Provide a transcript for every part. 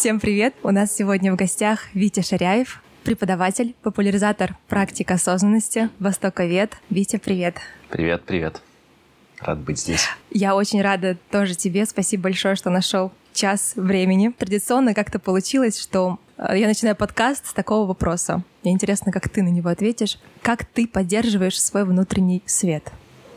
Всем привет! У нас сегодня в гостях Витя Шаряев, преподаватель, популяризатор практик осознанности, востоковед. Витя, привет! Привет. Рад быть здесь. Я очень рада тоже тебе. Спасибо большое, что нашел час времени. Традиционно как-то получилось, что я начинаю подкаст с такого вопроса. Мне интересно, как ты на него ответишь. Как ты поддерживаешь свой внутренний свет?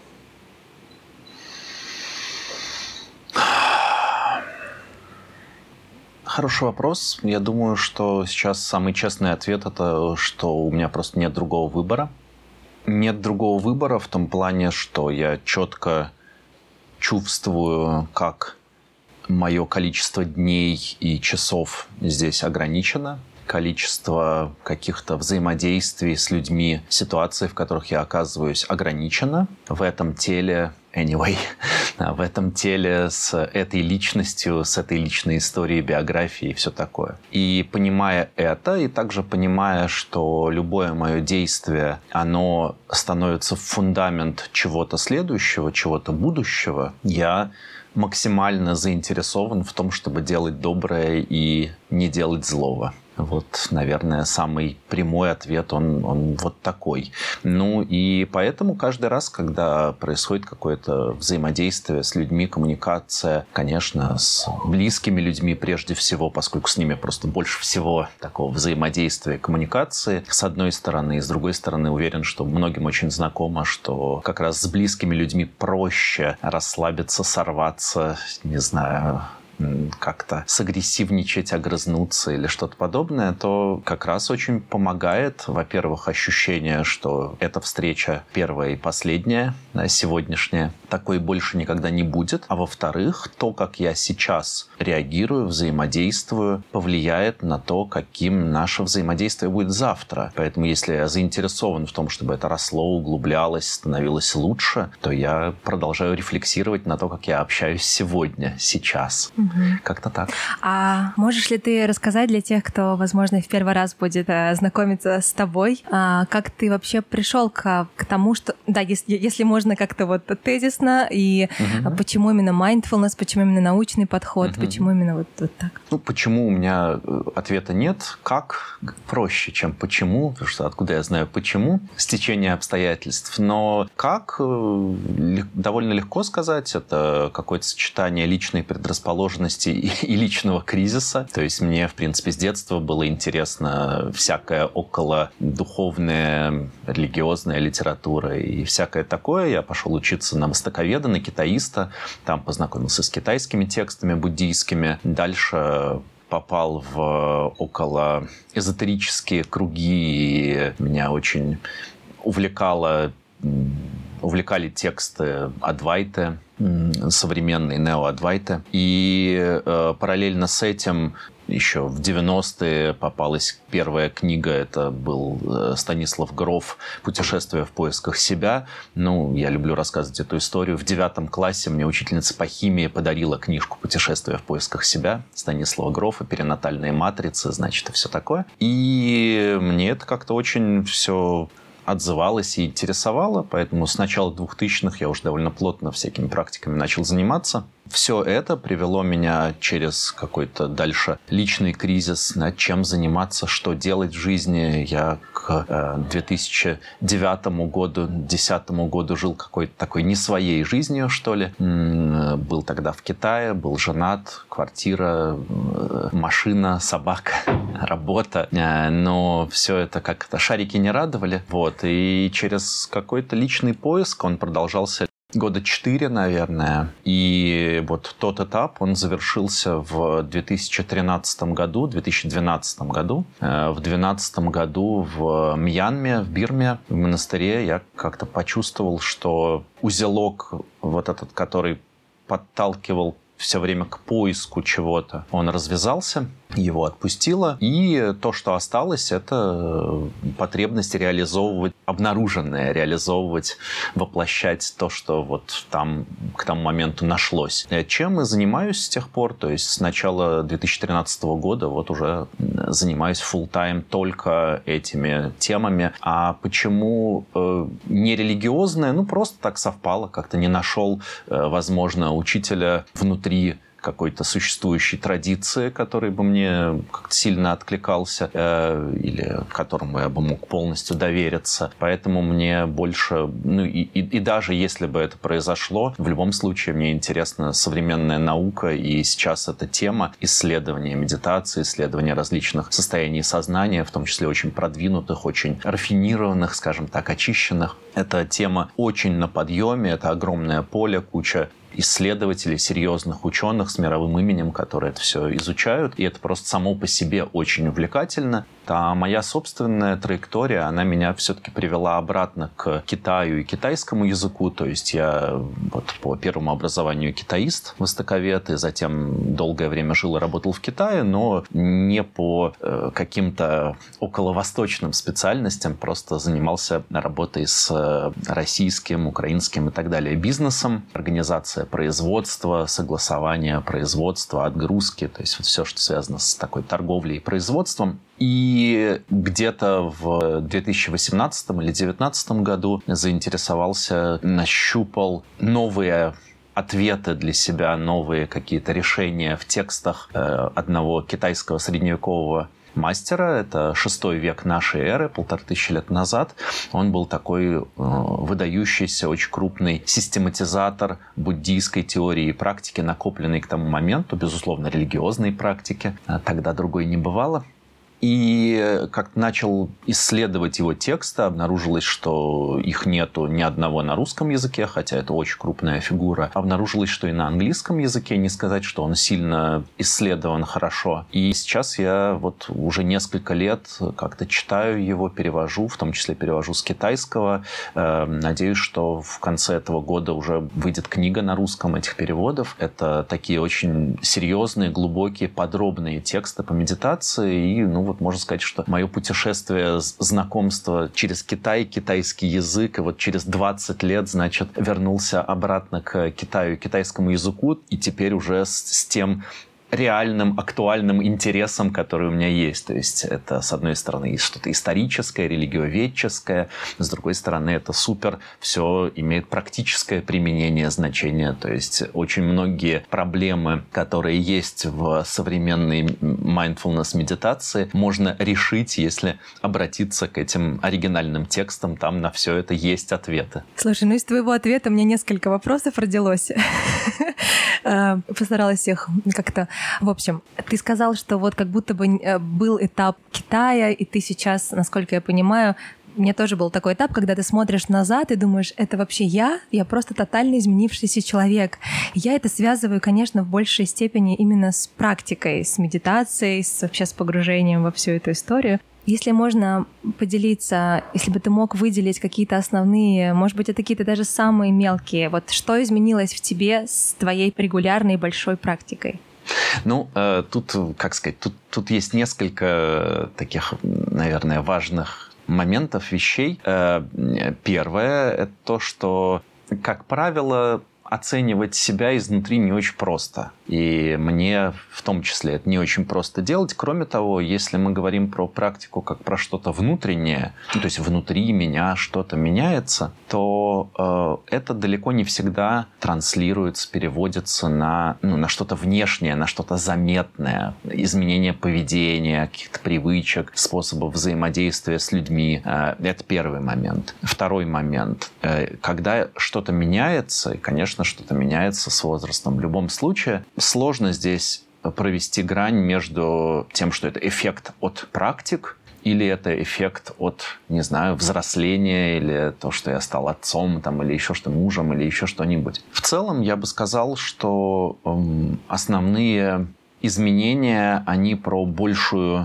Хороший вопрос. Я думаю, что сейчас самый честный ответ – это что у меня просто нет другого выбора. Нет другого выбора в том плане, что я четко чувствую, как мое количество дней и часов здесь ограничено. Количество каких-то взаимодействий с людьми, ситуаций, в которых я оказываюсь, ограничено. В этом теле, в этом теле с этой личностью, с этой личной историей, биографией и все такое. И понимая это, и также понимая, что любое мое действие, оно становится в фундамент чего-то следующего, чего-то будущего, я максимально заинтересован в том, чтобы делать доброе и не делать злого. Вот, наверное, самый прямой ответ, он вот такой. Ну и поэтому каждый раз, когда происходит какое-то взаимодействие с людьми, коммуникация, конечно, с близкими людьми прежде всего, поскольку с ними просто больше всего такого взаимодействия, коммуникации, с одной стороны, и с другой стороны, уверен, что многим очень знакомо, что как раз с близкими людьми проще расслабиться, сорваться, не знаю, как-то сагрессивничать, огрызнуться или что-то подобное, то как раз очень помогает, во-первых, ощущение, что эта встреча первая и последняя, сегодняшняя, такой больше никогда не будет. А во-вторых, то, как я сейчас реагирую, взаимодействую, повлияет на то, каким наше взаимодействие будет завтра. Поэтому если я заинтересован в том, чтобы это росло, углублялось, становилось лучше, то я продолжаю рефлексировать на то, как я общаюсь сегодня, сейчас. Как-то так. А можешь ли ты рассказать для тех, кто, возможно, в первый раз будет знакомиться с тобой, как ты вообще пришел к тому, что, да, если можно как-то вот тезисно, и почему именно mindfulness, почему именно научный подход, почему именно вот так? Ну, почему у меня ответа нет. Как проще, чем почему, потому что откуда я знаю почему, стечение обстоятельств. Но как довольно легко сказать, это какое-то сочетание личной предрасположенности и личного кризиса. То есть мне, в принципе, с детства было интересно всякая около духовная, религиозная литература и всякое такое. Я пошел учиться на востоковеда, на китаиста. Там познакомился с китайскими текстами буддийскими. Дальше попал в около эзотерические круги. И меня очень увлекали тексты Адвайты, современный нео-Адвайты. И параллельно с этим еще в 90-е попалась первая книга, это был Станислав Гров «Путешествие в поисках себя». Ну, я люблю рассказывать эту историю. В 9 классе мне учительница по химии подарила книжку «Путешествие в поисках себя» Станислава Грофа, перинатальные матрицы, значит, и все такое. И мне это как-то очень все отзывалось и интересовало, поэтому с начала 2000-х я уже довольно плотно всякими практиками начал заниматься. Все это привело меня через какой-то дальше личный кризис, над чем заниматься, что делать в жизни. Я к 2009 году, 2010 году жил какой-то такой не своей жизнью, что ли. Был тогда в Китае, был женат, квартира, машина, собака, работа. Но все это как-то шарики не радовали. Вот. И через какой-то личный поиск он продолжался 4 года, наверное. И вот тот этап, он завершился в 2013 году, 2012 году. В 2012 году в Мьянме, в Бирме, в монастыре я как-то почувствовал, что узелок вот этот, который подталкивал все время к поиску чего-то, он развязался, его отпустило. И то, что осталось, это потребность реализовывать обнаруженное, реализовывать, воплощать то, что вот там к тому моменту нашлось. Чем и занимаюсь с тех пор, то есть с начала 2013 года вот уже занимаюсь full-time только этими темами. А почему не религиозное? Ну, просто так совпало, как-то не нашел, возможно, учителя внутри какой-то существующей традиции, который бы мне как-то сильно откликался или которому я бы мог полностью довериться. Поэтому мне больше... И даже если бы это произошло, в любом случае мне интересна современная наука, и сейчас эта тема исследования медитации, исследования различных состояний сознания, в том числе очень продвинутых, очень рафинированных, скажем так, очищенных. Эта тема очень на подъеме, это огромное поле, куча исследователей, серьезных ученых с мировым именем, которые это все изучают. И это просто само по себе очень увлекательно. А моя собственная траектория, она меня все-таки привела обратно к Китаю и китайскому языку. То есть я вот по первому образованию китаист, востоковед, и затем долгое время жил и работал в Китае, но не по каким-то околовосточным специальностям, просто занимался работой с российским, украинским и так далее бизнесом, организация производства, согласование производства, отгрузки, то есть вот все, что связано с такой торговлей и производством. И где-то в 2018 или 2019 году заинтересовался, нащупал новые ответы для себя, новые какие-то решения в текстах одного китайского средневекового мастера. Это 6 век нашей эры, 1500 лет назад. Он был такой выдающийся, очень крупный систематизатор буддийской теории и практики, накопленной к тому моменту, безусловно, религиозной практики. Тогда другой не бывало. И как начал исследовать его тексты, обнаружилось, что их нету ни одного на русском языке, хотя это очень крупная фигура. Обнаружилось, что и на английском языке, не сказать, что он сильно исследован хорошо. И сейчас я вот уже несколько лет как-то читаю его, перевожу, в том числе перевожу с китайского. Надеюсь, что в конце этого года уже выйдет книга на русском этих переводов. Это такие очень серьезные, глубокие, подробные тексты по медитации. И, вот можно сказать, что мое путешествие, знакомство через Китай, китайский язык, и вот через 20 лет, значит, вернулся обратно к Китаю, китайскому языку, и теперь уже с тем реальным, актуальным интересом, который у меня есть. То есть это, с одной стороны, есть что-то историческое, религиоведческое, с другой стороны, это супер, все имеет практическое применение, значение. То есть очень многие проблемы, которые есть в современной mindfulness медитации, можно решить, если обратиться к этим оригинальным текстам, там на все это есть ответы. Слушай, из твоего ответа у меня несколько вопросов родилось. Постаралась их как-то... В общем, ты сказал, что вот как будто бы был этап Китая, и ты сейчас, насколько я понимаю, у меня тоже был такой этап, когда ты смотришь назад и думаешь, это вообще я просто тотально изменившийся человек. Я это связываю, конечно, в большей степени именно с практикой, с медитацией, вообще с погружением во всю эту историю. Если можно поделиться, если бы ты мог выделить какие-то основные, может быть, это какие-то даже самые мелкие, вот что изменилось в тебе с твоей регулярной большой практикой? Тут, как сказать, тут есть несколько таких, наверное, важных моментов, вещей. Первое – это то, что, как правило, оценивать себя изнутри не очень просто. И мне в том числе это не очень просто делать. Кроме того, если мы говорим про практику как про что-то внутреннее, то есть внутри меня что-то меняется, то это далеко не всегда транслируется, переводится на что-то внешнее, на что-то заметное. Изменение поведения, каких-то привычек, способов взаимодействия с людьми. Это первый момент. Второй момент. Когда что-то меняется, и, конечно, что-то меняется с возрастом. В любом случае, сложно здесь провести грань между тем, что это эффект от практик, или это эффект от, не знаю, взросления, или то, что я стал отцом, или еще что, мужем, или еще что-нибудь. В целом, я бы сказал, что основные изменения, они про большую...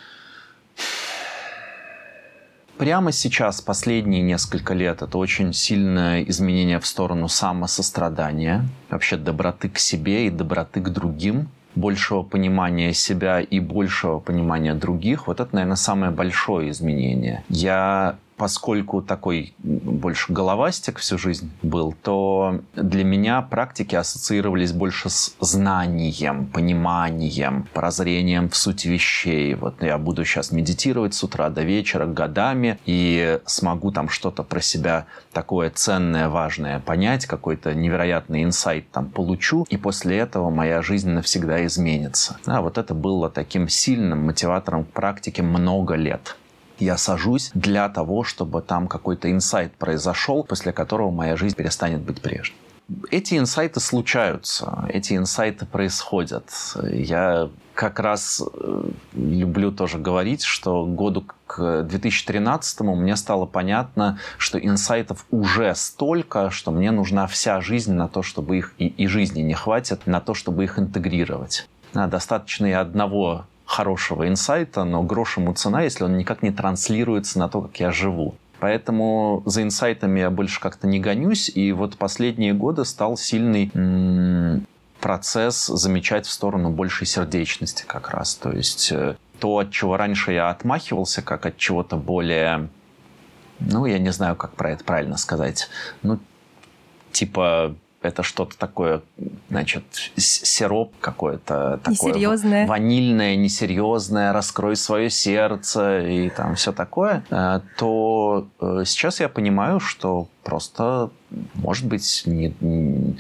Прямо сейчас, последние несколько лет, это очень сильное изменение в сторону самосострадания, вообще доброты к себе и доброты к другим, большего понимания себя и большего понимания других. Вот это, наверное, самое большое изменение. Я поскольку такой больше головастик всю жизнь был, то для меня практики ассоциировались больше с знанием, пониманием, прозрением в суть вещей. Вот я буду сейчас медитировать с утра до вечера годами и смогу там что-то про себя такое ценное, важное понять, какой-то невероятный инсайт там получу, и после этого моя жизнь навсегда изменится. Вот это было таким сильным мотиватором к практике много лет. Я сажусь для того, чтобы там какой-то инсайт произошел, после которого моя жизнь перестанет быть прежней. Эти инсайты случаются, эти инсайты происходят. Я как раз люблю тоже говорить, что году к 2013-му мне стало понятно, что инсайтов уже столько, что мне нужна вся жизнь на то, чтобы их, и жизни не хватит, на то, чтобы их интегрировать. Достаточно и одного хорошего инсайта, но грош ему цена, если он никак не транслируется на то, как я живу. Поэтому за инсайтами я больше как-то не гонюсь, и вот последние годы стал сильный процесс замечать в сторону большей сердечности как раз. То есть то, от чего раньше я отмахивался, как от чего-то более, я не знаю, как про это правильно сказать, типа... Это что-то такое, значит, сироп какой-то такое. Несерьезное. Ванильное, несерьезное, раскрой свое сердце и там все такое. То сейчас я понимаю, что просто, может быть, не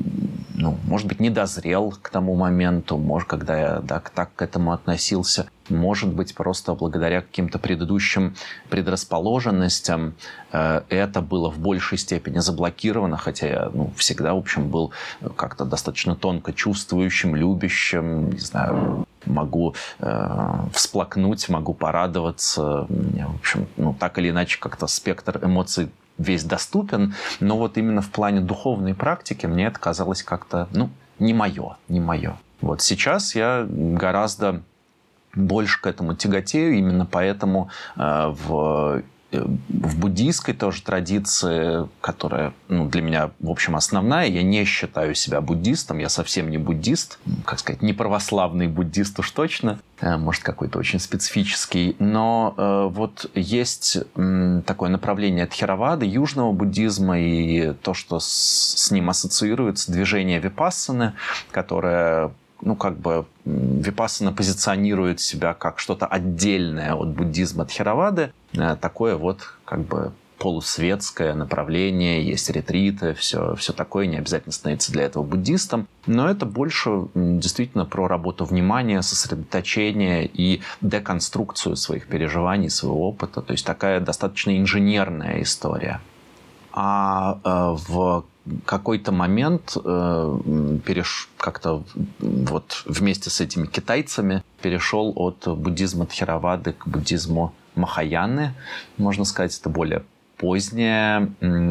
дозрел к тому моменту, может, когда я так к этому относился. Может быть, просто благодаря каким-то предыдущим предрасположенностям это было в большей степени заблокировано, хотя я всегда, в общем, был как-то достаточно тонко чувствующим, любящим, не знаю, могу всплакнуть, могу порадоваться. В общем, так или иначе, как-то спектр эмоций весь доступен, но вот именно в плане духовной практики мне это казалось как-то, не мое. Вот сейчас я гораздо больше к этому тяготею, именно поэтому в буддийской тоже традиции, которая для меня, в общем, основная, я не считаю себя буддистом, я совсем не буддист, как сказать, не православный буддист уж точно, может, какой-то очень специфический, но вот есть такое направление тхеравады, южного буддизма, и то, что с ним ассоциируется, движение випассаны, которое... випассана позиционирует себя как что-то отдельное от буддизма тхеравады. Такое полусветское направление, есть ретриты, все такое, не обязательно становиться для этого буддистом. Но это больше действительно про работу внимания, сосредоточение и деконструкцию своих переживаний, своего опыта. То есть такая достаточно инженерная история. А в какой-то момент как-то вот вместе с этими китайцами перешел от буддизма тхеравады к буддизму махаяны. Можно сказать, это более поздний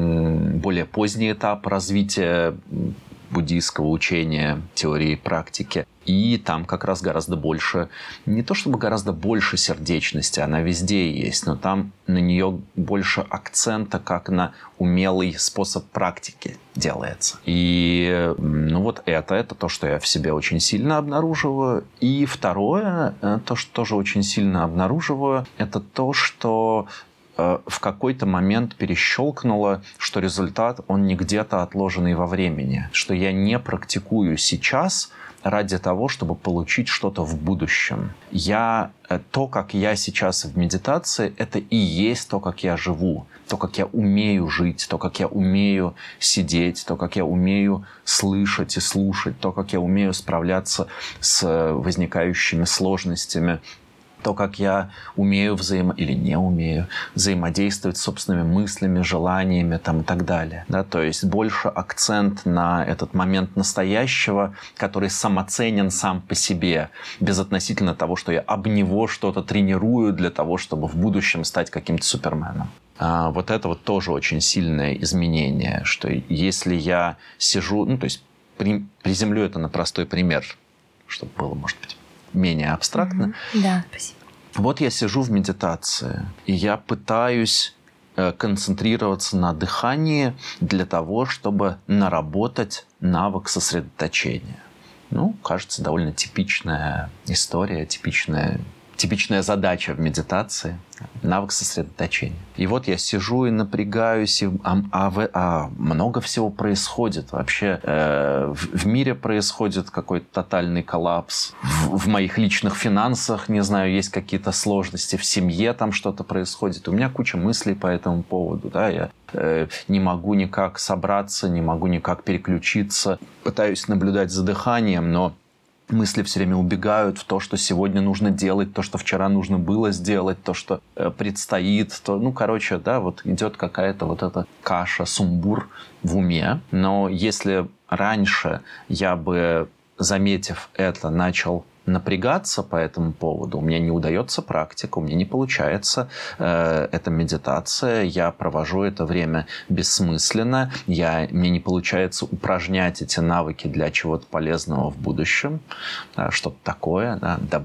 этап развития буддийского учения, теории и практики. И там как раз гораздо больше, не то чтобы гораздо больше сердечности, она везде есть, но там на нее больше акцента, как на умелый способ практики делается. И это то, что я в себе очень сильно обнаруживаю. И второе, то, что тоже очень сильно обнаруживаю, это то, что в какой-то момент перещелкнуло, что результат, он не где-то отложенный во времени, что я не практикую сейчас ради того, чтобы получить что-то в будущем. То, как я сейчас в медитации, это и есть то, как я живу, то, как я умею жить, то, как я умею сидеть, то, как я умею слышать и слушать, то, как я умею справляться с возникающими сложностями, то, как я умею или не умею взаимодействовать с собственными мыслями, желаниями и так далее. То есть больше акцент на этот момент настоящего, который самоценен сам по себе, безотносительно того, что я об него что-то тренирую для того, чтобы в будущем стать каким-то суперменом. Вот это вот тоже очень сильное изменение, что если я сижу, то есть приземлю это на простой пример, чтобы было, может быть, менее абстрактно. Да, спасибо. Вот я сижу в медитации, и я пытаюсь концентрироваться на дыхании для того, чтобы наработать навык сосредоточения. Кажется, довольно типичная история, типичная типичная задача в медитации — навык сосредоточения. И вот я сижу и напрягаюсь, много всего происходит. Вообще в мире происходит какой-то тотальный коллапс. В моих личных финансах, не знаю, есть какие-то сложности. В семье там что-то происходит. У меня куча мыслей по этому поводу. Да? Я не могу никак собраться, не могу никак переключиться. Пытаюсь наблюдать за дыханием, но мысли все время убегают в то, что сегодня нужно делать, то, что вчера нужно было сделать, то, что предстоит. Вот идет какая-то вот эта каша, сумбур в уме. Но если раньше я бы, заметив это, начал напрягаться по этому поводу, у меня не удается практика, у меня не получается эта медитация, я провожу это время бессмысленно, мне не получается упражнять эти навыки для чего-то полезного в будущем, что-то такое,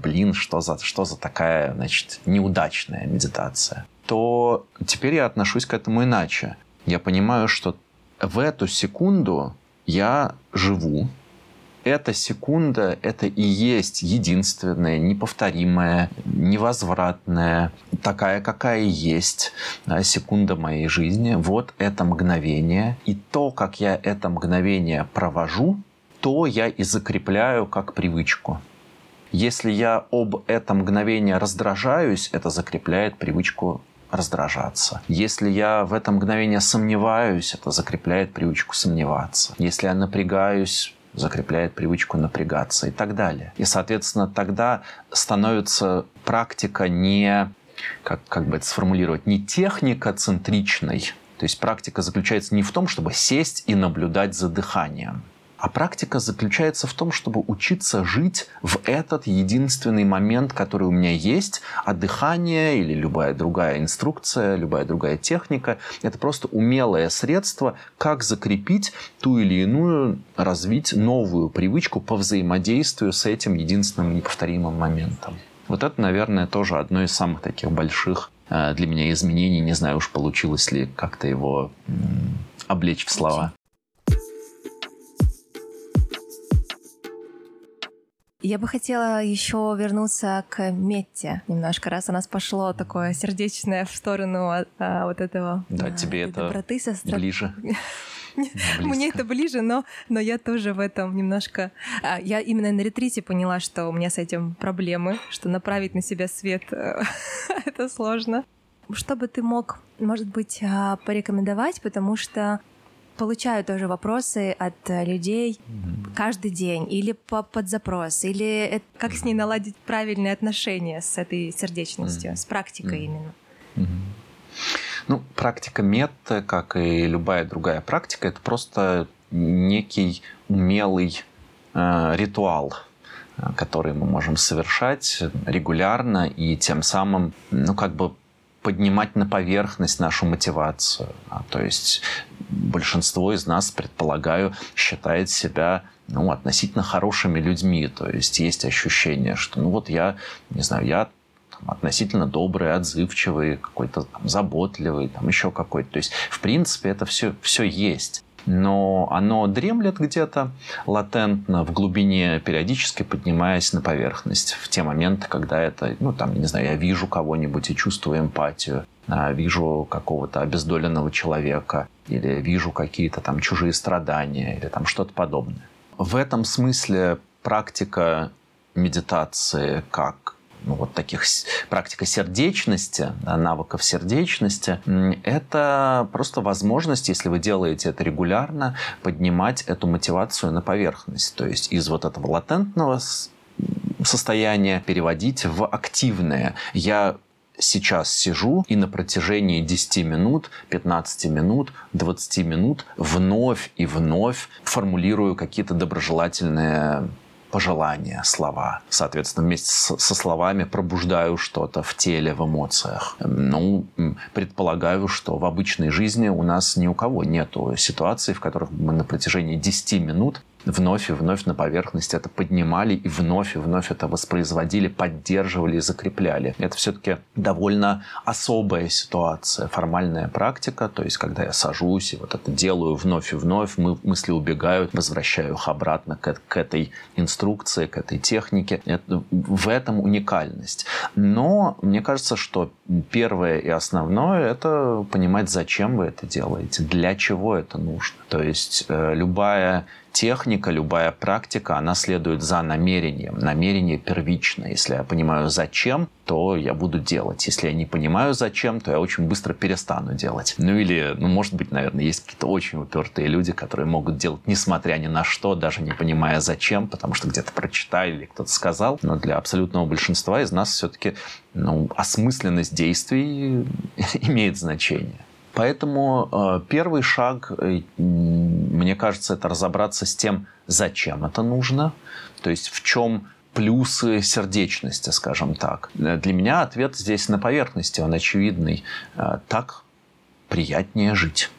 что за такая, неудачная медитация, то теперь я отношусь к этому иначе. Я понимаю, что в эту секунду я живу. Эта секунда — это и есть единственная, неповторимая, невозвратная, такая, какая есть секунда моей жизни. Вот это мгновение. И то, как я это мгновение провожу, то я и закрепляю как привычку. Если я об этом мгновении раздражаюсь, это закрепляет привычку раздражаться. Если я в это мгновение сомневаюсь, это закрепляет привычку сомневаться. Если я напрягаюсь, закрепляет привычку напрягаться и так далее. И, соответственно, тогда становится практика не, как бы это сформулировать, не техникоцентричной. То есть практика заключается не в том, чтобы сесть и наблюдать за дыханием, а практика заключается в том, чтобы учиться жить в этот единственный момент, который у меня есть, а дыхание или любая другая инструкция, любая другая техника — это просто умелое средство, как закрепить ту или иную, развить новую привычку по взаимодействию с этим единственным неповторимым моментом. Вот это, наверное, тоже одно из самых таких больших для меня изменений. Не знаю уж, получилось ли как-то его облечь в слова. Я бы хотела еще вернуться к метте немножко, раз у нас пошло такое сердечное в сторону вот этого. Да, тебе это доброты, ближе. Мне это ближе, но я тоже в этом немножко... Я именно на ретрите поняла, что у меня с этим проблемы, что направить на себя свет — это сложно. Что бы ты мог, может быть, порекомендовать, потому что получаю тоже вопросы от людей каждый день, или под запрос, или как с ней наладить правильные отношения с этой сердечностью, с практикой именно. Практика метты, как и любая другая практика, это просто некий умелый ритуал, который мы можем совершать регулярно и тем самым, поднимать на поверхность нашу мотивацию. То есть большинство из нас, предполагаю, считает себя относительно хорошими людьми. То есть ощущение, что я относительно добрый, отзывчивый, какой-то заботливый, еще какой-то. То есть, в принципе, это все есть. Но оно дремлет где-то латентно в глубине, периодически поднимаясь на поверхность в те моменты, когда это, я вижу кого-нибудь и чувствую эмпатию, вижу какого-то обездоленного человека, или вижу какие-то чужие страдания, или что-то подобное. В этом смысле практика медитации как практика сердечности, навыков сердечности, это просто возможность, если вы делаете это регулярно, поднимать эту мотивацию на поверхность. То есть из этого латентного состояния переводить в активное. Я сейчас сижу и на протяжении 10 минут, 15 минут, 20 минут вновь и вновь формулирую какие-то доброжелательные пожелания, слова. Соответственно, вместе со словами пробуждаю что-то в теле, в эмоциях. Предполагаю, что в обычной жизни у нас ни у кого нету ситуаций, в которых мы на протяжении 10 минут вновь и вновь на поверхность это поднимали и вновь это воспроизводили, поддерживали и закрепляли. Это все-таки довольно особая ситуация, формальная практика, то есть когда я сажусь и вот это делаю вновь и вновь, мысли убегают, возвращаю их обратно к этой инструкции, к этой технике. В этом уникальность. Но мне кажется, что первое и основное – это понимать, зачем вы это делаете, для чего это нужно. То есть любая техника, любая практика, она следует за намерением. Намерение первично. Если я понимаю, зачем, то я буду делать. Если я не понимаю, зачем, то я очень быстро перестану делать. Может быть, наверное, есть какие-то очень упертые люди, которые могут делать, несмотря ни на что, даже не понимая, зачем, потому что где-то прочитали или кто-то сказал. Но для абсолютного большинства из нас все-таки осмысленность действий имеет значение. Поэтому первый шаг, мне кажется, это разобраться с тем, зачем это нужно, то есть в чем плюсы сердечности, скажем так. Для меня ответ здесь на поверхности, он очевидный. Так приятнее жить.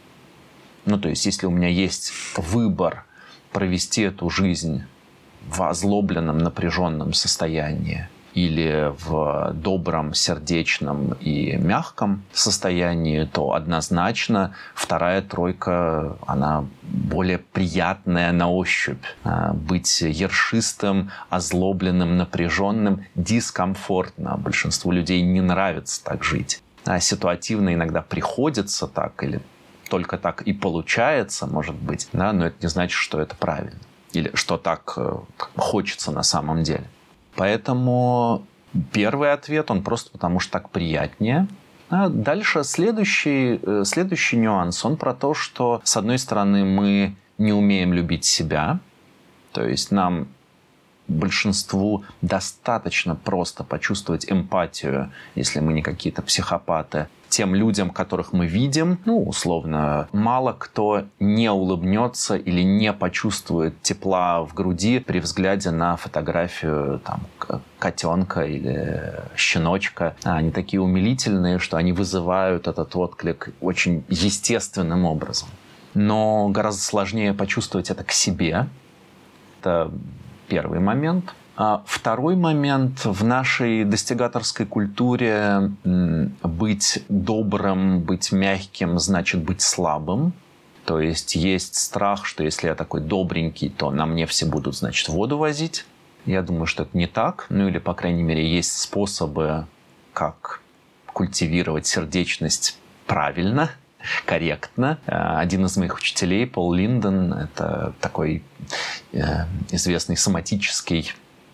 То есть если у меня есть выбор провести эту жизнь в озлобленном, напряженном состоянии, или в добром, сердечном и мягком состоянии, то однозначно вторая тройка, она более приятная на ощупь. Быть ершистым, озлобленным, напряженным дискомфортно. Большинству людей не нравится так жить. Ситуативно иногда приходится так, или только так и получается, может быть, но это не значит, что это правильно. Или что так хочется на самом деле. Поэтому первый ответ, он просто потому, что так приятнее. А дальше следующий нюанс, он про то, что, с одной стороны, мы не умеем любить себя, то есть нам, большинству, достаточно просто почувствовать эмпатию, если мы не какие-то психопаты, тем людям, которых мы видим. Условно, мало кто не улыбнется или не почувствует тепла в груди при взгляде на фотографию котенка или щеночка. Они такие умилительные, что они вызывают этот отклик очень естественным образом. Но гораздо сложнее почувствовать это к себе. Это первый момент. Второй момент. В нашей достигаторской культуре быть добрым, быть мягким значит быть слабым. То есть есть страх, что если я такой добренький, то на мне все будут, значит, воду возить. Я думаю, что это не так. Или, по крайней мере, есть способы, как культивировать сердечность правильно, корректно. Один из моих учителей, Пол Линден, это такой известный соматический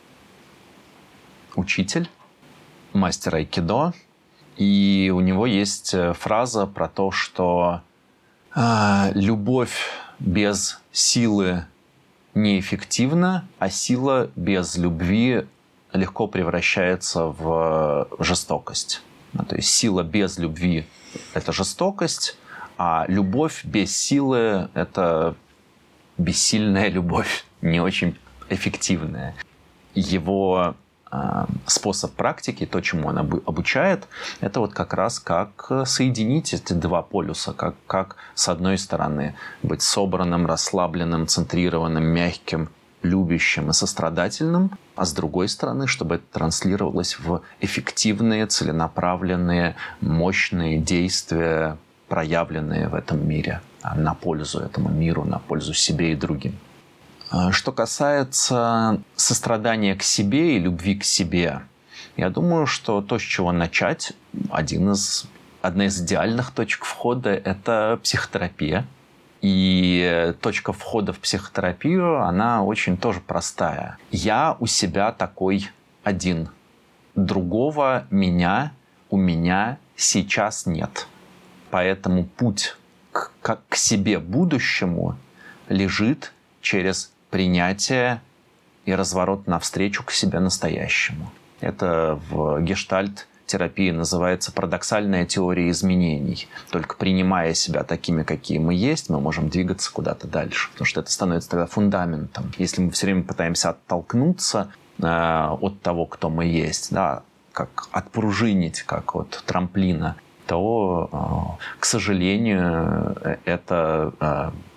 учитель, мастер айкидо. И у него есть фраза про то, что любовь без силы неэффективна, а сила без любви легко превращается в жестокость. То есть сила без любви – это жестокость, а любовь без силы – это бессильная любовь, не очень эффективная. Его способ практики, то, чему он обучает, это вот как раз как соединить эти два полюса, как с одной стороны быть собранным, расслабленным, центрированным, мягким, любящим и сострадательным, а с другой стороны, чтобы это транслировалось в эффективные, целенаправленные, мощные действия, проявленные в этом мире, на пользу этому миру, на пользу себе и другим. Что касается сострадания к себе и любви к себе, я думаю, что то, с чего начать, одна из идеальных точек входа – это психотерапия. И точка входа в психотерапию, она очень тоже простая. Я у себя такой один. Другого у меня сейчас нет. Поэтому путь к себе будущему лежит через принятие и разворот навстречу к себе настоящему. Это в гештальт-терапии называется парадоксальная теория изменений. Только принимая себя такими, какие мы есть, мы можем двигаться куда-то дальше. Потому что это становится тогда фундаментом. Если мы все время пытаемся оттолкнуться от того, кто мы есть, как отпружинить, как от трамплина, то, к сожалению, это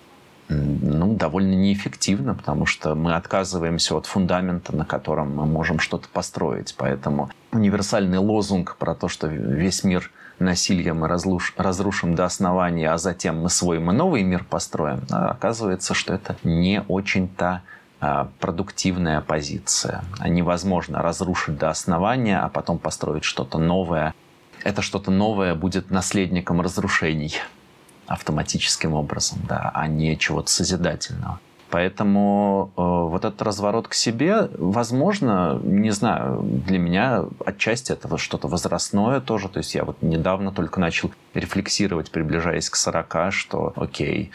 довольно неэффективно, потому что мы отказываемся от фундамента, на котором мы можем что-то построить. Поэтому универсальный лозунг про то, что весь мир насилия мы разрушим до основания, а затем мы свой, мы новый мир построим, оказывается, что это не очень-то продуктивная позиция. Невозможно разрушить до основания, а потом построить что-то новое. Это что-то новое будет наследником разрушений автоматическим образом, да, а не чего-то созидательного. Поэтому вот этот разворот к себе, возможно, не знаю, для меня отчасти это что-то возрастное тоже. То есть я вот недавно только начал рефлексировать, приближаясь к 40, что окей,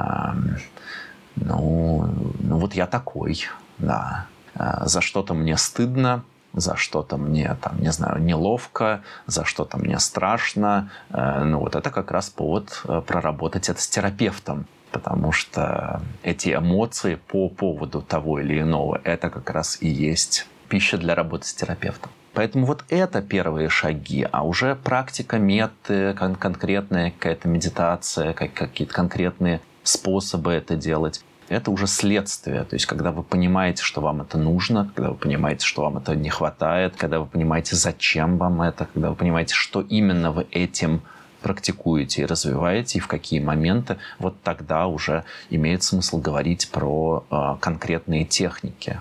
вот я такой, да. За что-то мне стыдно, за что-то мне, там, не знаю, неловко, за что-то мне страшно. Вот это как раз повод проработать это с терапевтом. Потому что эти эмоции по поводу того или иного, это как раз и есть пища для работы с терапевтом. Поэтому вот это первые шаги, а уже практика, методы, конкретная какая-то медитация, какие-то конкретные способы это делать, это уже следствие. То есть когда вы понимаете, что вам это нужно, когда вы понимаете, что вам это не хватает, когда вы понимаете, зачем вам это, когда вы понимаете, что именно вы этим практикуете и развиваете, и в какие моменты, вот тогда уже имеет смысл говорить про конкретные техники.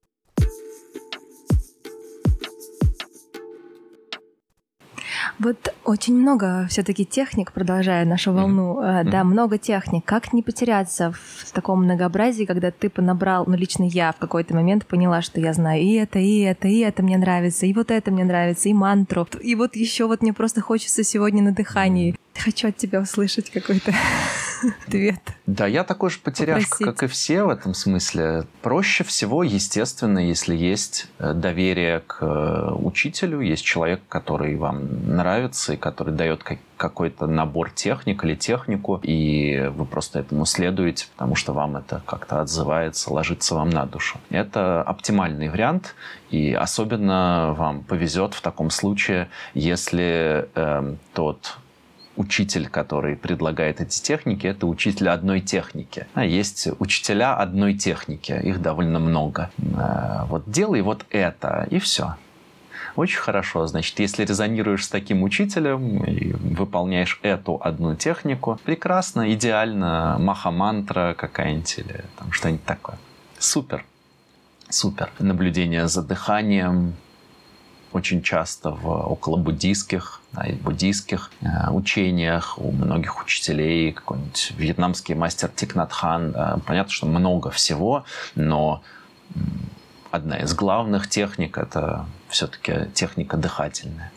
Вот очень много все-таки техник, продолжая нашу волну, да, много техник. Как не потеряться в таком многообразии, когда ты понабрал, лично я в какой-то момент поняла, что я знаю и это, и это, и это мне нравится, и вот это мне нравится, и мантру, и вот еще вот мне просто хочется сегодня на дыхании. Хочу от тебя услышать какой-то ответ. Да, я такой же потеряшка, как и все в этом смысле. Проще всего, естественно, если есть доверие к учителю, есть человек, который вам нравится и который дает какой-то набор техник или технику, и вы просто этому следуете, потому что вам это как-то отзывается, ложится вам на душу. Это оптимальный вариант, и особенно вам повезет в таком случае, если тот учитель, который предлагает эти техники, это учитель одной техники. Есть учителя одной техники, их довольно много. Вот делай вот это, и все. Очень хорошо. Значит, если резонируешь с таким учителем и выполняешь эту одну технику, прекрасно, идеально, маха-мантра какая-нибудь или там что-нибудь такое. Супер. Супер. Наблюдение за дыханием. Очень часто в околобуддийских и буддийских учениях у многих учителей, какой-нибудь вьетнамский мастер Тик Нат Хан, понятно, что много всего, но одна из главных техник – это все-таки техника дыхательная.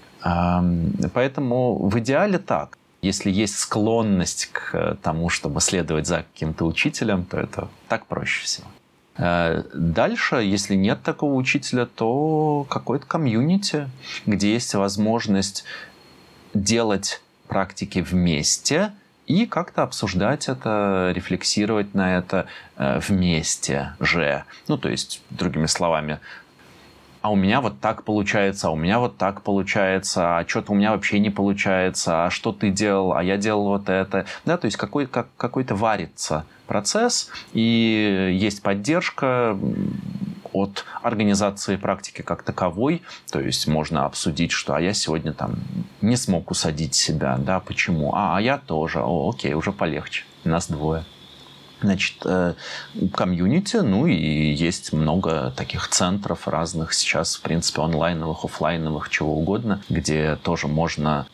Поэтому в идеале так. Если есть склонность к тому, чтобы следовать за каким-то учителем, то это так проще всего. Дальше, если нет такого учителя, то какой-то комьюнити, где есть возможность делать практики вместе и как-то обсуждать это, рефлексировать на это вместе же. То есть, другими словами, а у меня вот так получается, а у меня вот так получается, а что-то у меня вообще не получается, а что ты делал, а я делал вот это. Да, то есть какой-то варится процесс, и есть поддержка от организации практики как таковой. То есть можно обсудить, что я сегодня там не смог усадить себя, да, почему? А я тоже, окей, уже полегче, нас двое. Значит, комьюнити, и есть много таких центров разных сейчас, в принципе, онлайновых, офлайновых, чего угодно, где тоже можно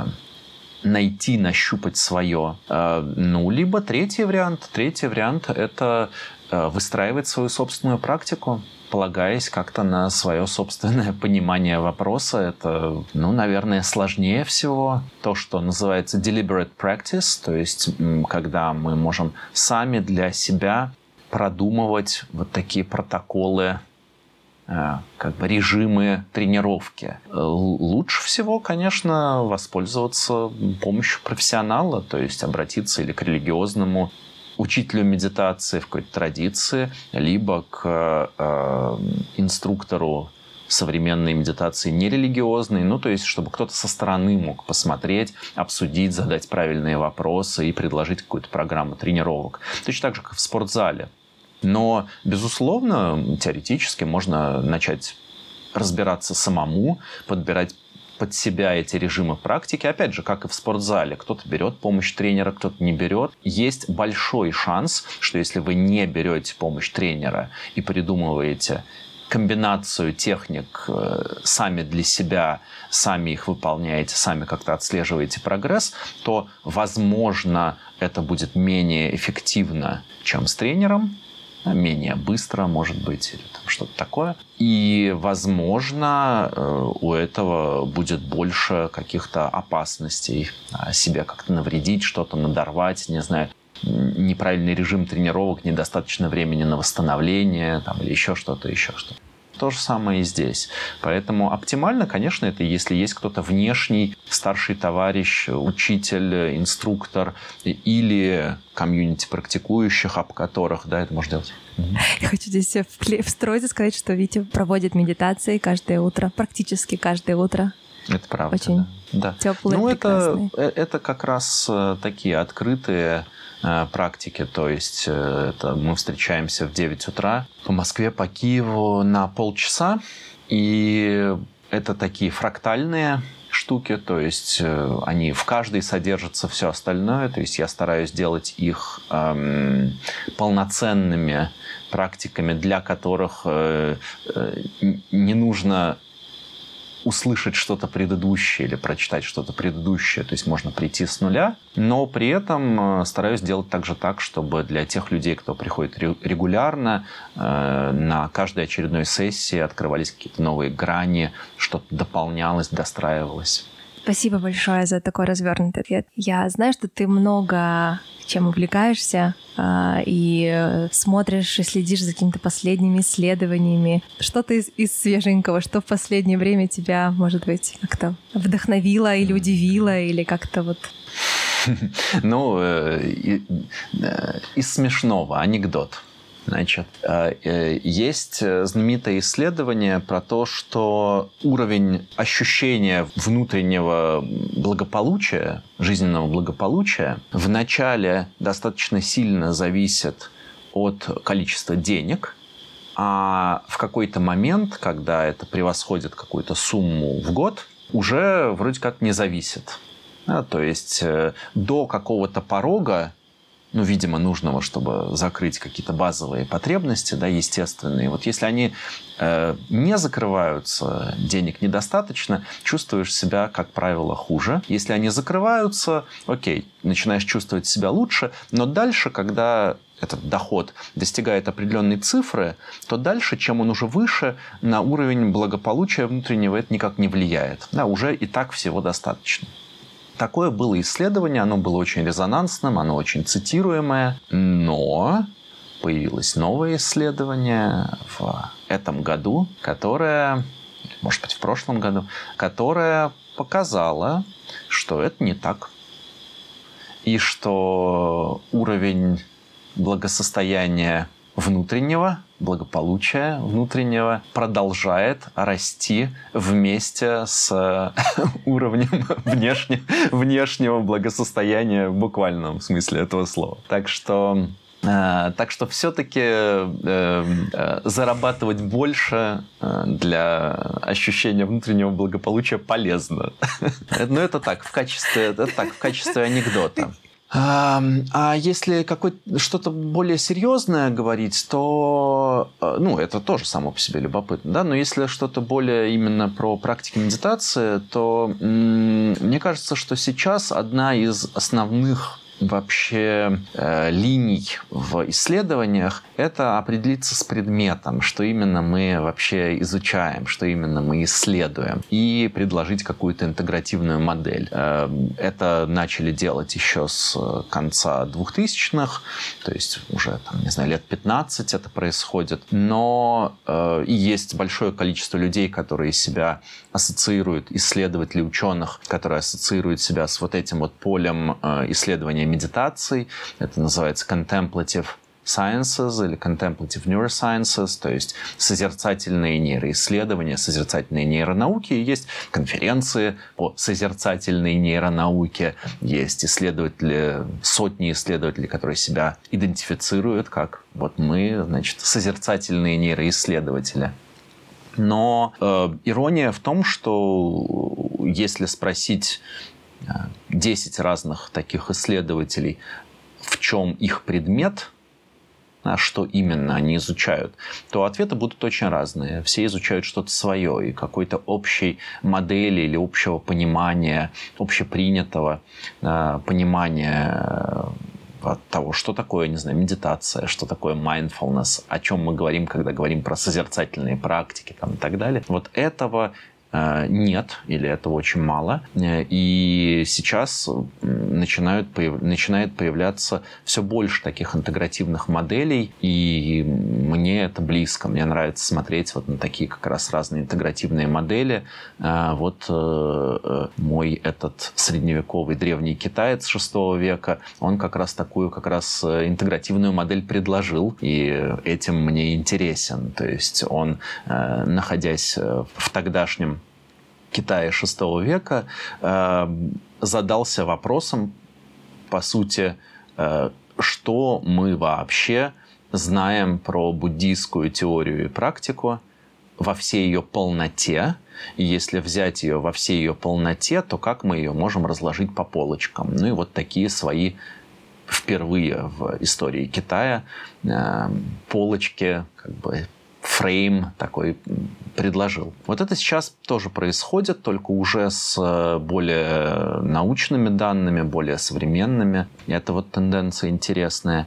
найти, нащупать свое. Либо третий вариант. Третий вариант – это выстраивать свою собственную практику, полагаясь как-то на свое собственное понимание вопроса. Это, наверное, сложнее всего. То, что называется deliberate practice, то есть когда мы можем сами для себя продумывать вот такие протоколы, режимы тренировки. Лучше всего, конечно, воспользоваться помощью профессионала, то есть обратиться или к религиозному учителю медитации в какой-то традиции, либо к инструктору современной медитации нерелигиозной, ну, то есть, чтобы кто-то со стороны мог посмотреть, обсудить, задать правильные вопросы и предложить какую-то программу тренировок. Точно так же, как в спортзале. Но, безусловно, теоретически можно начать разбираться самому, подбирать под себя эти режимы практики. Опять же, как и в спортзале. Кто-то берет помощь тренера, кто-то не берет. Есть большой шанс, что если вы не берете помощь тренера и придумываете комбинацию техник сами для себя, сами их выполняете, сами как-то отслеживаете прогресс, то, возможно, это будет менее эффективно, чем с тренером, менее быстро, может быть, или там что-то такое. И, возможно, у этого будет больше каких-то опасностей себе как-то навредить, что-то надорвать, не знаю, неправильный режим тренировок, недостаточно времени на восстановление там, или еще что-то, еще что-то. То же самое и здесь. Поэтому оптимально, конечно, это если есть кто-то внешний, старший товарищ, учитель, инструктор или комьюнити практикующих, об которых, да, это можно делать. Я хочу здесь встроить и сказать, что Витя проводит медитации каждое утро, практически каждое утро. Это правда. Очень да. Теплые, ну, прекрасные. Это как раз такие открытые практики, то есть это мы встречаемся в 9 утра по Москве, по Киеву на полчаса, и это такие фрактальные штуки, то есть они в каждой содержатся все остальное, то есть я стараюсь делать их полноценными практиками, для которых не нужно услышать что-то предыдущее или прочитать что-то предыдущее. То есть можно прийти с нуля, но при этом стараюсь делать также так, чтобы для тех людей, кто приходит регулярно, на каждой очередной сессии открывались какие-то новые грани, что-то дополнялось, достраивалось. Спасибо большое за такой развернутый ответ. Я знаю, что ты много чем увлекаешься и смотришь и следишь за какими-то последними исследованиями. Что-то из свеженького, что в последнее время тебя, может быть, как-то вдохновило или удивило, или как-то вот... Ну, из смешного анекдот. Значит, есть знаменитое исследование про то, что уровень ощущения внутреннего благополучия, жизненного благополучия, вначале достаточно сильно зависит от количества денег, а в какой-то момент, когда это превосходит какую-то сумму в год, уже вроде как не зависит. То есть до какого-то порога, ну, видимо, нужного, чтобы закрыть какие-то базовые потребности, да, естественные. Вот если они не закрываются, денег недостаточно, чувствуешь себя, как правило, хуже. Если они закрываются, окей, начинаешь чувствовать себя лучше, но дальше, когда этот доход достигает определенной цифры, то дальше, чем он уже выше, на уровень благополучия внутреннего это никак не влияет. Да, уже и так всего достаточно. Такое было исследование, оно было очень резонансным, оно очень цитируемое, но появилось новое исследование в этом году, которое, может быть, в прошлом году, которое показало, что это не так. И что уровень благосостояния внутреннего, благополучия внутреннего продолжает расти вместе с уровнем внешнего благосостояния в буквальном смысле этого слова. Так что все-таки зарабатывать больше для ощущения внутреннего благополучия полезно. Но это так, в качестве анекдота. А если что-то более серьезное говорить, то, ну, это тоже само по себе любопытно, да, но если что-то более именно про практики медитации, то мне кажется, что сейчас одна из основных вообще линий в исследованиях – это определиться с предметом, что именно мы вообще изучаем, что именно мы исследуем, и предложить какую-то интегративную модель. Это начали делать еще с конца 2000-х, то есть уже, там, не знаю, лет 15 это происходит, но и есть большое количество людей, которые себя ассоциируют, исследователей, ученых, которые ассоциируют себя с вот этим вот полем исследования медитаций. Это называется contemplative Sciences или Contemplative Neurosciences, то есть созерцательные нейроисследования, созерцательные нейронауки. И есть конференции по созерцательной нейронауке, есть исследователи, сотни исследователей, которые себя идентифицируют как вот мы, значит, созерцательные нейроисследователи. Но ирония в том, что если спросить 10 разных таких исследователей, в чем их предмет, что именно они изучают, то ответы будут очень разные. Все изучают что-то свое, и какой-то общей модели или общего понимания, общепринятого понимания от того, что такое, не знаю, медитация, что такое mindfulness, о чем мы говорим, когда говорим про созерцательные практики там, и так далее. Вот этого нет, или этого очень мало. И сейчас начинает появляться все больше таких интегративных моделей, и мне это близко. Мне нравится смотреть вот на такие как раз разные интегративные модели. Вот мой этот средневековый древний китаец VI века, он как раз такую как раз интегративную модель предложил, и этим мне интересен. То есть он, находясь в тогдашнем Китае VI века, задался вопросом, по сути, что мы вообще знаем про буддийскую теорию и практику во всей ее полноте. И если взять ее во всей ее полноте, то как мы ее можем разложить по полочкам? Ну и вот такие свои впервые в истории Китая полочки, как бы фрейм такой предложил. Вот это сейчас тоже происходит, только уже с более научными данными, более современными. И это вот тенденция интересная.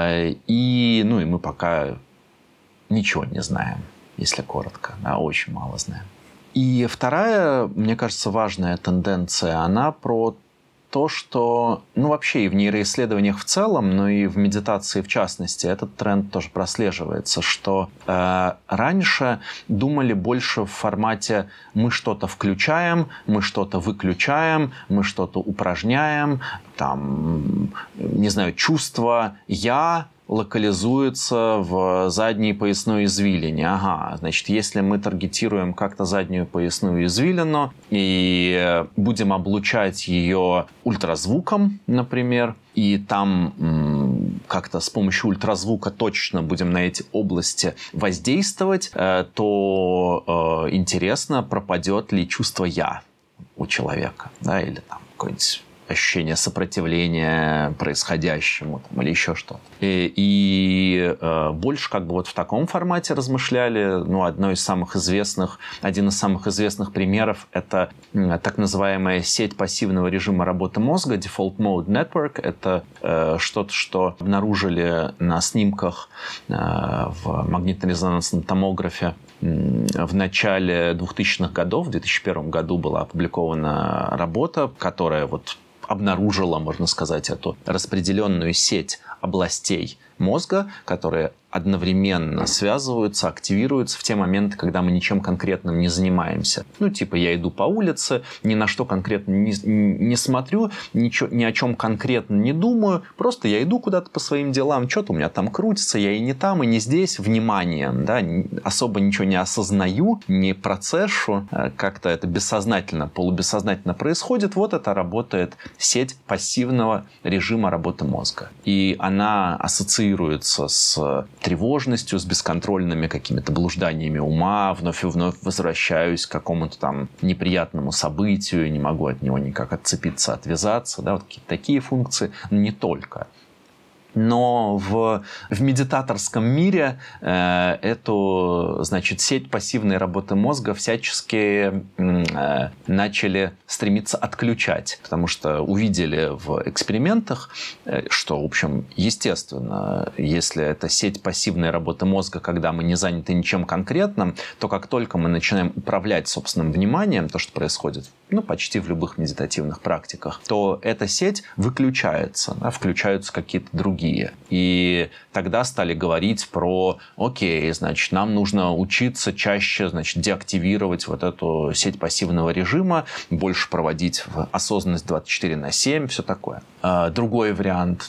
И мы пока ничего не знаем, если коротко. Очень мало знаем. И вторая, мне кажется, важная тенденция, она про то, что, вообще и в нейроисследованиях в целом, но и в медитации в частности, этот тренд тоже прослеживается, что раньше думали больше в формате мы что-то включаем, мы что-то выключаем, мы что-то упражняем, там, не знаю, чувство «я» локализуется в задней поясной извилине. Ага, значит, если мы таргетируем как-то заднюю поясную извилину и будем облучать ее ультразвуком, например, и там как-то с помощью ультразвука точно будем на эти области воздействовать, то интересно, пропадет ли чувство «я» у человека, да, или там какой-нибудь ощущение сопротивления происходящему там, или еще что-то. И больше как бы вот в таком формате размышляли. Один из самых известных примеров — это так называемая сеть пассивного режима работы мозга, Default Mode Network. Это что-то, что обнаружили на снимках в магнитно-резонансном томографе в начале 2000-х годов. В 2001 году была опубликована работа, которая вот обнаружила, можно сказать, эту распределенную сеть областей мозга, которые одновременно связываются, активируются в те моменты, когда мы ничем конкретным не занимаемся. Я иду по улице, ни на что конкретно не смотрю, ни о чем конкретно не думаю, просто я иду куда-то по своим делам, что-то у меня там крутится, я и не там, и не здесь, вниманием, да, особо ничего не осознаю, не процесшу, как-то это бессознательно, полубессознательно происходит. Вот это работает сеть пассивного режима работы мозга. И она ассоциируется с тревожностью, с бесконтрольными какими-то блужданиями ума, вновь и вновь возвращаюсь к какому-то там неприятному событию, не могу от него никак отцепиться, отвязаться, да, вот какие-то такие функции, но не только. Но в медитаторском мире эту, значит, сеть пассивной работы мозга всячески начали стремиться отключать, потому что увидели в экспериментах, что, в общем, естественно, если это сеть пассивной работы мозга, когда мы не заняты ничем конкретным, то как только мы начинаем управлять собственным вниманием, то, что происходит почти в любых медитативных практиках, то эта сеть выключается, да, включаются какие-то другие. И тогда стали говорить про, окей, значит, нам нужно учиться чаще, значит, деактивировать вот эту сеть пассивного режима, больше проводить в осознанность 24/7, все такое. Другой вариант,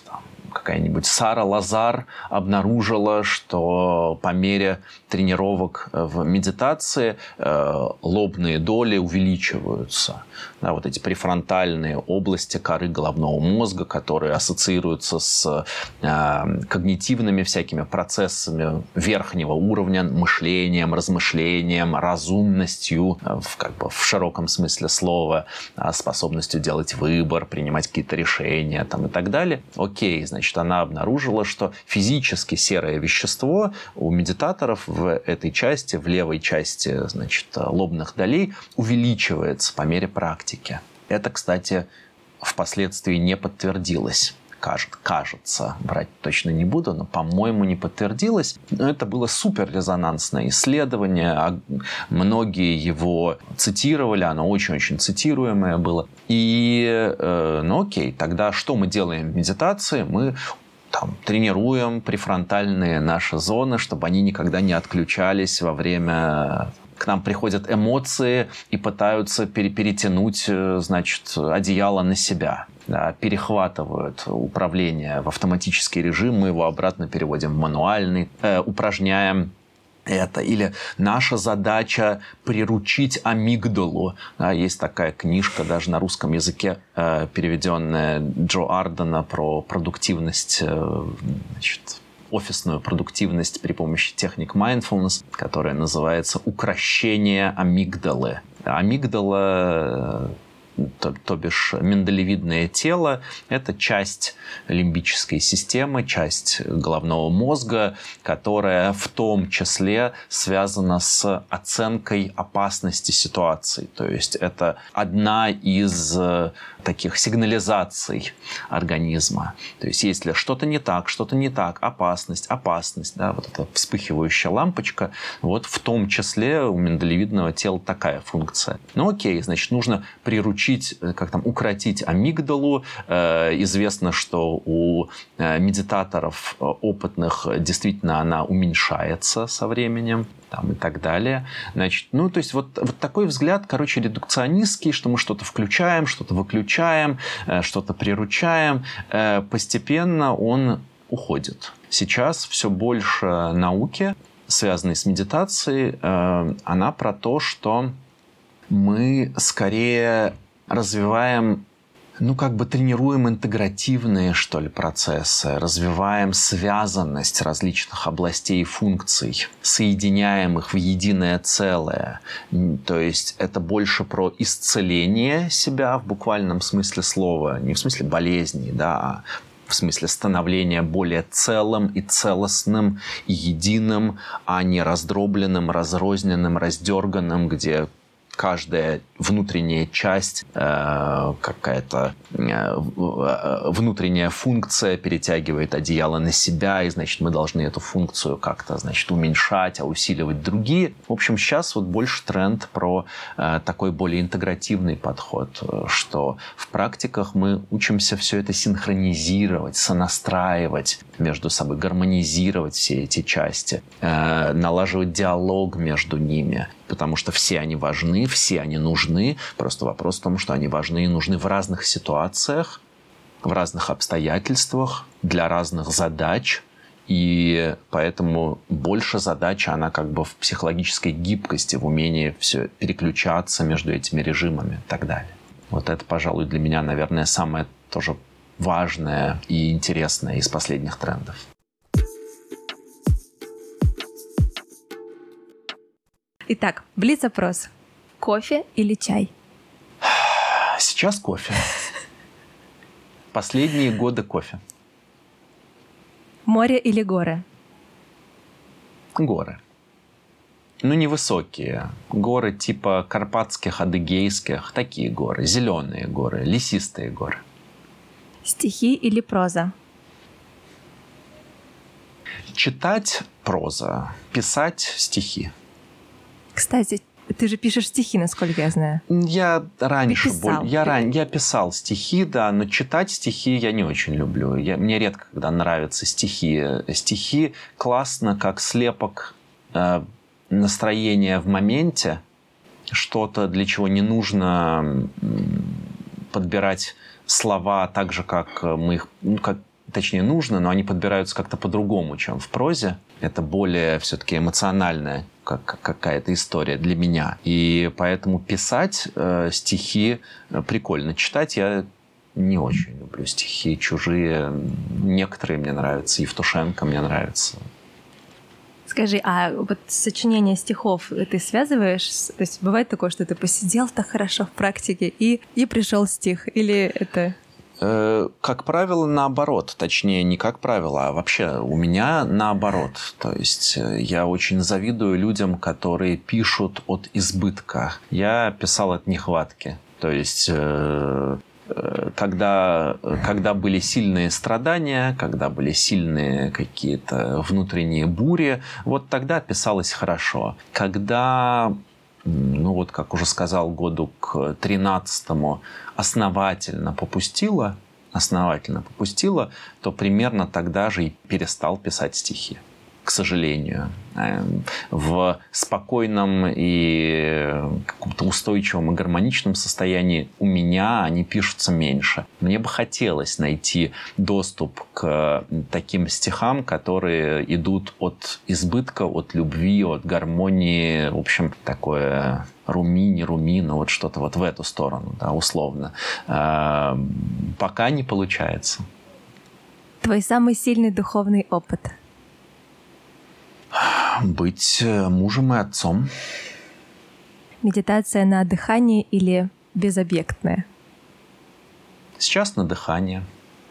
какая-нибудь Сара Лазар обнаружила, что по мере тренировок в медитации лобные доли увеличиваются. Да, вот эти префронтальные области коры головного мозга, которые ассоциируются с когнитивными всякими процессами верхнего уровня, мышлением, размышлением, разумностью, в широком смысле слова, способностью делать выбор, принимать какие-то решения и так далее. Окей, значит, она обнаружила, что физически серое вещество у медитаторов в этой части, в левой части, значит, лобных долей увеличивается по мере практики. Это, кстати, впоследствии не подтвердилось. Кажется, врать точно не буду, но, по-моему, не подтвердилось. Но это было суперрезонансное исследование. Многие его цитировали, оно очень-очень цитируемое было. И, окей, тогда что мы делаем в медитации? Мы тренируем префронтальные наши зоны, чтобы они никогда не отключались во время... К нам приходят эмоции и пытаются перетянуть, значит, одеяло на себя. Да, перехватывают управление в автоматический режим, мы его обратно переводим в мануальный, упражняем это. Или наша задача приручить амигдалу. Да, есть такая книжка, даже на русском языке, переведенная Джо Ардена про продуктивность, значит, офисную продуктивность при помощи техник mindfulness, которая называется «Укрощение амигдалы». Амигдала, то бишь миндалевидное тело, это часть лимбической системы, часть головного мозга, которая в том числе связана с оценкой опасности ситуации. То есть это одна из таких сигнализаций организма. То есть если что-то не так, опасность, да, вот эта вспыхивающая лампочка, вот в том числе у миндалевидного тела такая функция. Окей, значит, нужно приручить, укротить амигдалу. Известно, что у медитаторов опытных действительно она уменьшается со временем. И так далее. Значит, то есть вот такой взгляд, редукционистский, что мы что-то включаем, что-то выключаем, что-то приручаем, постепенно он уходит. Сейчас все больше науки, связанной с медитацией, она про то, что мы скорее развиваем, тренируем интегративные, процессы, развиваем связанность различных областей и функций, соединяем их в единое целое. То есть это больше про исцеление себя в буквальном смысле слова, не в смысле болезней, да, а в смысле становления более целым и целостным, и единым, а не раздробленным, разрозненным, раздерганным, где каждая внутренняя часть, какая-то внутренняя функция перетягивает одеяло на себя, и, значит, мы должны эту функцию как-то, значит, уменьшать, а усиливать другие. В общем, сейчас больше тренд про такой более интегративный подход, что в практиках мы учимся все это синхронизировать, сонастраивать между собой, гармонизировать все эти части, налаживать диалог между ними, потому что все они важны, все они нужны. Просто вопрос в том, что они важны и нужны в разных ситуациях, в разных обстоятельствах, для разных задач. И поэтому больше задача, она в психологической гибкости, в умении все переключаться между этими режимами и так далее. Вот это, пожалуй, для меня, наверное, самое тоже важное и интересное из последних трендов. Итак, блиц-опрос. Кофе или чай? Сейчас кофе. Последние годы кофе. Море или горы? Горы. Невысокие. Горы типа карпатских, адыгейских. Такие горы. Зеленые горы, лесистые горы. Стихи или проза? Читать проза, писать стихи. Кстати, ты же пишешь стихи, насколько я знаю. Я раньше... Писал. Я писал стихи, да, но читать стихи я не очень люблю. Мне редко, когда нравятся стихи. Стихи классно, как слепок настроения в моменте. Что-то, для чего не нужно подбирать слова так же, как мы их... точнее, нужно, но они подбираются как-то по-другому, чем в прозе. Это более все-таки эмоциональная какая-то история для меня. И поэтому писать стихи прикольно. Читать я не очень люблю стихи чужие. Некоторые мне нравятся. Евтушенко мне нравится. Скажи, а вот сочинение стихов ты связываешь? То есть бывает такое, что ты посидел так хорошо в практике и пришел стих? Или это... Как правило, наоборот. Точнее, не как правило, а вообще у меня наоборот. То есть я очень завидую людям, которые пишут от избытка. Я писал от нехватки. То есть когда были сильные страдания, когда были сильные какие-то внутренние бури, вот тогда писалось хорошо. Когда... ну вот, как уже сказал, году к 13-му основательно попустило, то примерно тогда же и перестал писать стихи. К сожалению. В спокойном и каком-то устойчивом и гармоничном состоянии у меня они пишутся меньше. Мне бы хотелось найти доступ к таким стихам, которые идут от избытка, от любви, от гармонии. В общем, такое руми, не руми, но вот что-то вот в эту сторону, да, условно. Пока не получается. Твой самый сильный духовный опыт? Быть мужем и отцом. Медитация на дыхании или безобъектная? Сейчас на дыхание.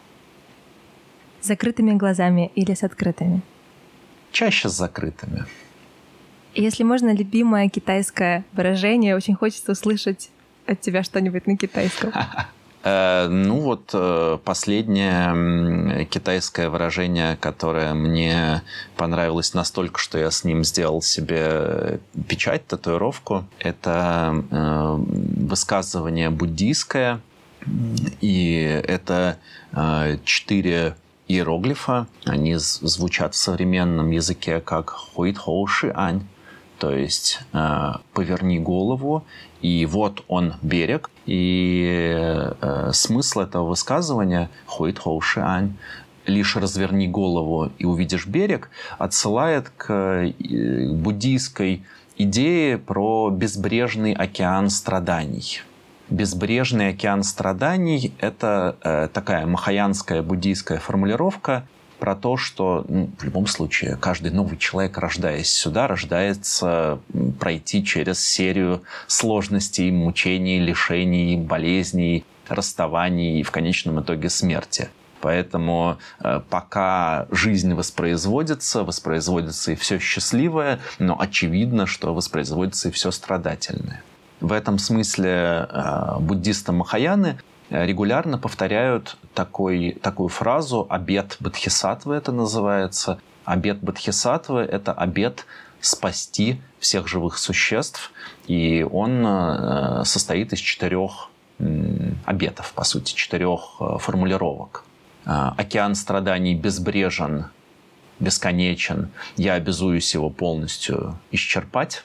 С закрытыми глазами или с открытыми? Чаще с закрытыми. Если можно, любимое китайское выражение. Очень хочется услышать от тебя что-нибудь на китайском. Ну вот последнее китайское выражение, которое мне понравилось настолько, что я с ним сделал себе печать, татуировку, это высказывание буддийское, и это 4 иероглифа. Они звучат в современном языке как «хуит хоу ши ань», то есть «поверни голову», и вот он берег. И смысл этого высказывания «хуит хоу ши ань», «лишь разверни голову и увидишь берег», отсылает к буддийской идее про безбрежный океан страданий. Безбрежный океан страданий – это такая махаянская буддийская формулировка про то, что в любом случае каждый новый человек, рождаясь сюда, рождается пройти через серию сложностей, мучений, лишений, болезней, расставаний и в конечном итоге смерти. Поэтому пока жизнь воспроизводится и все счастливое, но очевидно, что воспроизводится и все страдательное. В этом смысле буддисты Махаяны регулярно повторяют такую фразу «обет Бодхисаттвы» это называется. Обет Бодхисаттвы – это обет спасти всех живых существ, и он состоит из 4 обетов, по сути, 4 формулировок. Океан страданий безбрежен, бесконечен, я обязуюсь его полностью исчерпать.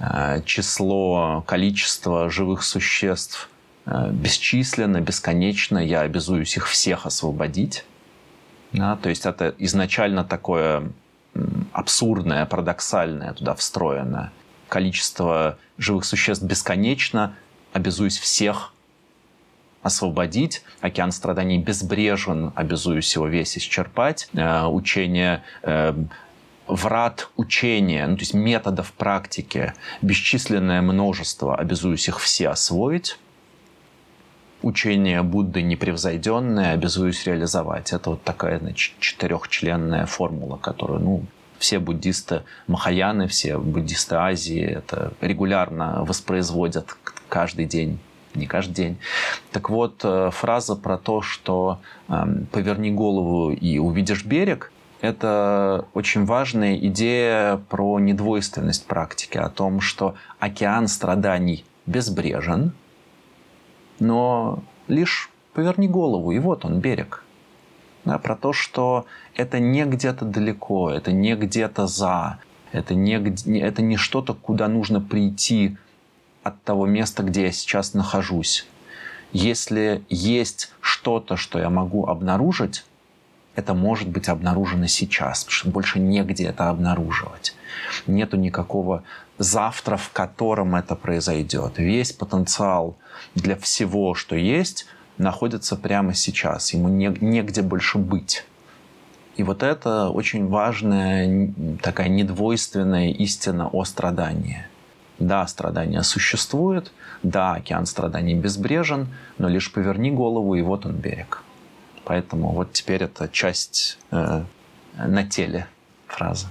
Количество живых существ бесчисленно, бесконечно, я обязуюсь их всех освободить. Да, то есть это изначально такое абсурдное, парадоксальное туда встроенное. Количество живых существ бесконечно, обязуюсь всех освободить. Океан страданий безбрежен, обязуюсь его весь исчерпать. Учение врат учения, то есть методов практики, бесчисленное множество, обязуюсь их все освоить. Учение Будды непревзойденное, обязуюсь реализовать. Это вот такая, значит, 4-членная формула, которую, все буддисты Махаяны, все буддисты Азии это регулярно воспроизводят каждый день. Не каждый день. Так вот, фраза про то, что «поверни голову и увидишь берег», это очень важная идея про недвойственность практики, о том, что океан страданий безбрежен, но лишь поверни голову, и вот он, берег. Да, про то, что это не где-то далеко, это не где-то это не что-то, куда нужно прийти от того места, где я сейчас нахожусь. Если есть что-то, что я могу обнаружить, это может быть обнаружено сейчас, потому что больше негде это обнаруживать. Нету никакого завтра, в котором это произойдет. Весь потенциал для всего, что есть, находится прямо сейчас. Ему негде больше быть. И вот это очень важная, такая недвойственная истина о страдании. Да, страдание существует, да, океан страданий безбрежен, но лишь поверни голову, и вот он берег. Поэтому вот теперь это часть на теле фразы.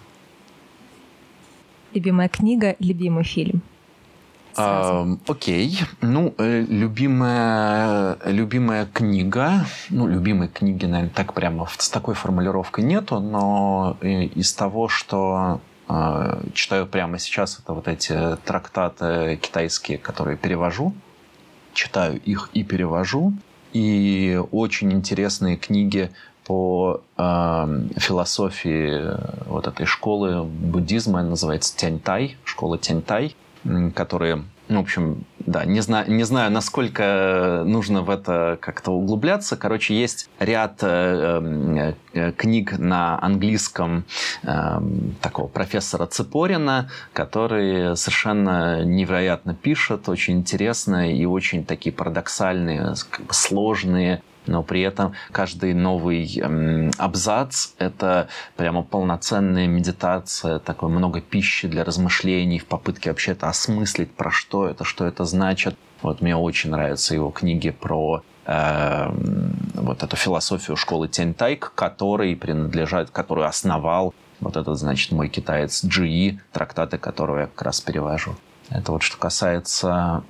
Любимая книга, любимый фильм? Окей. Ну, любимая книга. Ну, любимой книги, наверное, так прямо с такой формулировкой нету, но из того, что читаю прямо сейчас, это вот эти трактаты китайские, которые перевожу. Читаю их и перевожу. И очень интересные книги по философии вот этой школы буддизма, она называется Тяньтай, школа Тяньтай, которые, в общем, да, не знаю, насколько нужно в это как-то углубляться. Короче, есть ряд книг на английском такого профессора Ципорина, который совершенно невероятно пишет, очень интересно и очень такие парадоксальные, сложные, но при этом каждый новый абзац – это прямо полноценная медитация, такое много пищи для размышлений в попытке вообще это осмыслить, про что это значит. Вот мне очень нравятся его книги про вот эту философию школы Тяньтай, которой принадлежат, которую основал вот этот, значит, мой китаец Джи, трактаты которого я как раз перевожу. Это вот что касается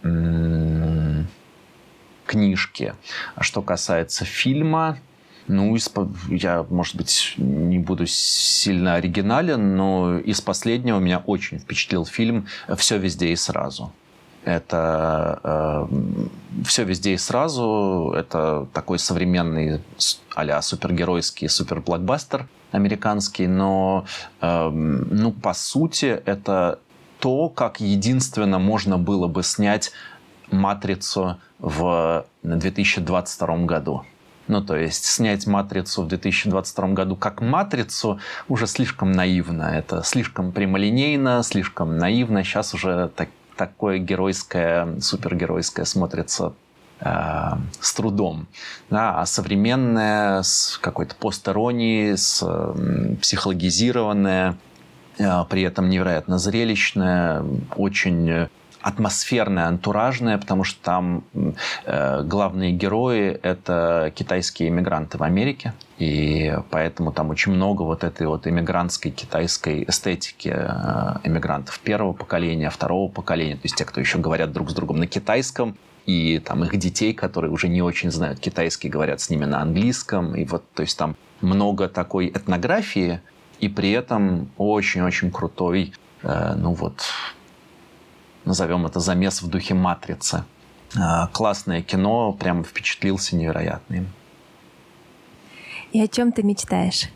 книжки. А что касается фильма, ну, я, может быть, не буду сильно оригинален, но из последнего меня очень впечатлил фильм «Все везде и сразу». Это «Все везде и сразу» — это такой современный а-ля супергеройский суперблокбастер американский, но, ну, по сути, это то, как единственно можно было бы снять «Матрицу» в 2022 году. Ну, то есть снять «Матрицу» в 2022 году как «Матрицу» уже слишком наивно. Это слишком прямолинейно, слишком наивно. Сейчас уже такое геройское, супергеройское смотрится с трудом. Да, а современное, с какой-то пост-иронией, с психологизированное, при этом невероятно зрелищное, очень атмосферное, антуражное, потому что там главные герои – это китайские иммигранты в Америке, и поэтому там очень много вот этой вот иммигрантской китайской эстетики иммигрантов первого поколения, второго поколения, то есть те, кто еще говорят друг с другом на китайском, и там их детей, которые уже не очень знают китайский, говорят с ними на английском, и вот, то есть там много такой этнографии, и при этом очень-очень крутой, ну вот, назовем это замес в духе «Матрицы». Классное кино, прям впечатлился невероятно им. И о чем ты мечтаешь?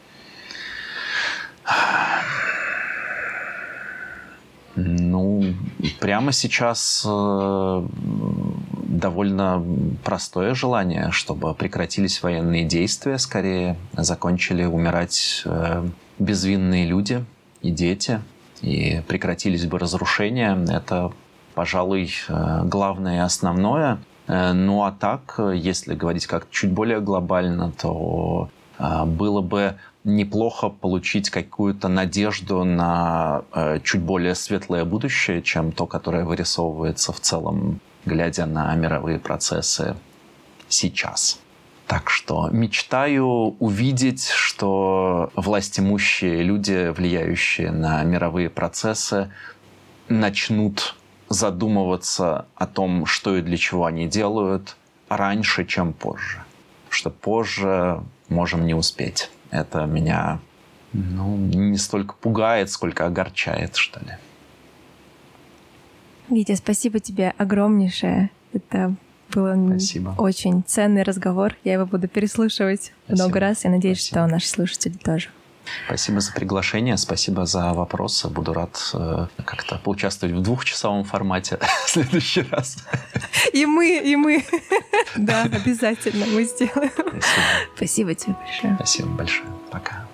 Ну, прямо сейчас довольно простое желание, чтобы прекратились военные действия скорее, закончили умирать безвинные люди и дети, и прекратились бы разрушения. Это, пожалуй, главное и основное. Ну а так, если говорить как-то чуть более глобально, то было бы неплохо получить какую-то надежду на чуть более светлое будущее, чем то, которое вырисовывается в целом, глядя на мировые процессы сейчас. Так что мечтаю увидеть, что властимущие люди, влияющие на мировые процессы, начнут задумываться о том, что и для чего они делают, раньше, чем позже. Что позже можем не успеть. Это меня не столько пугает, сколько огорчает, что ли. Витя, спасибо тебе огромнейшее. Это был очень ценный разговор. Я его буду переслушивать много раз. Я надеюсь, что наши слушатели тоже. Спасибо за приглашение, спасибо за вопросы. Буду рад как-то поучаствовать в 2-часовом формате в следующий раз. И мы. Да, обязательно мы сделаем. Спасибо. Спасибо тебе большое. Спасибо большое. Пока.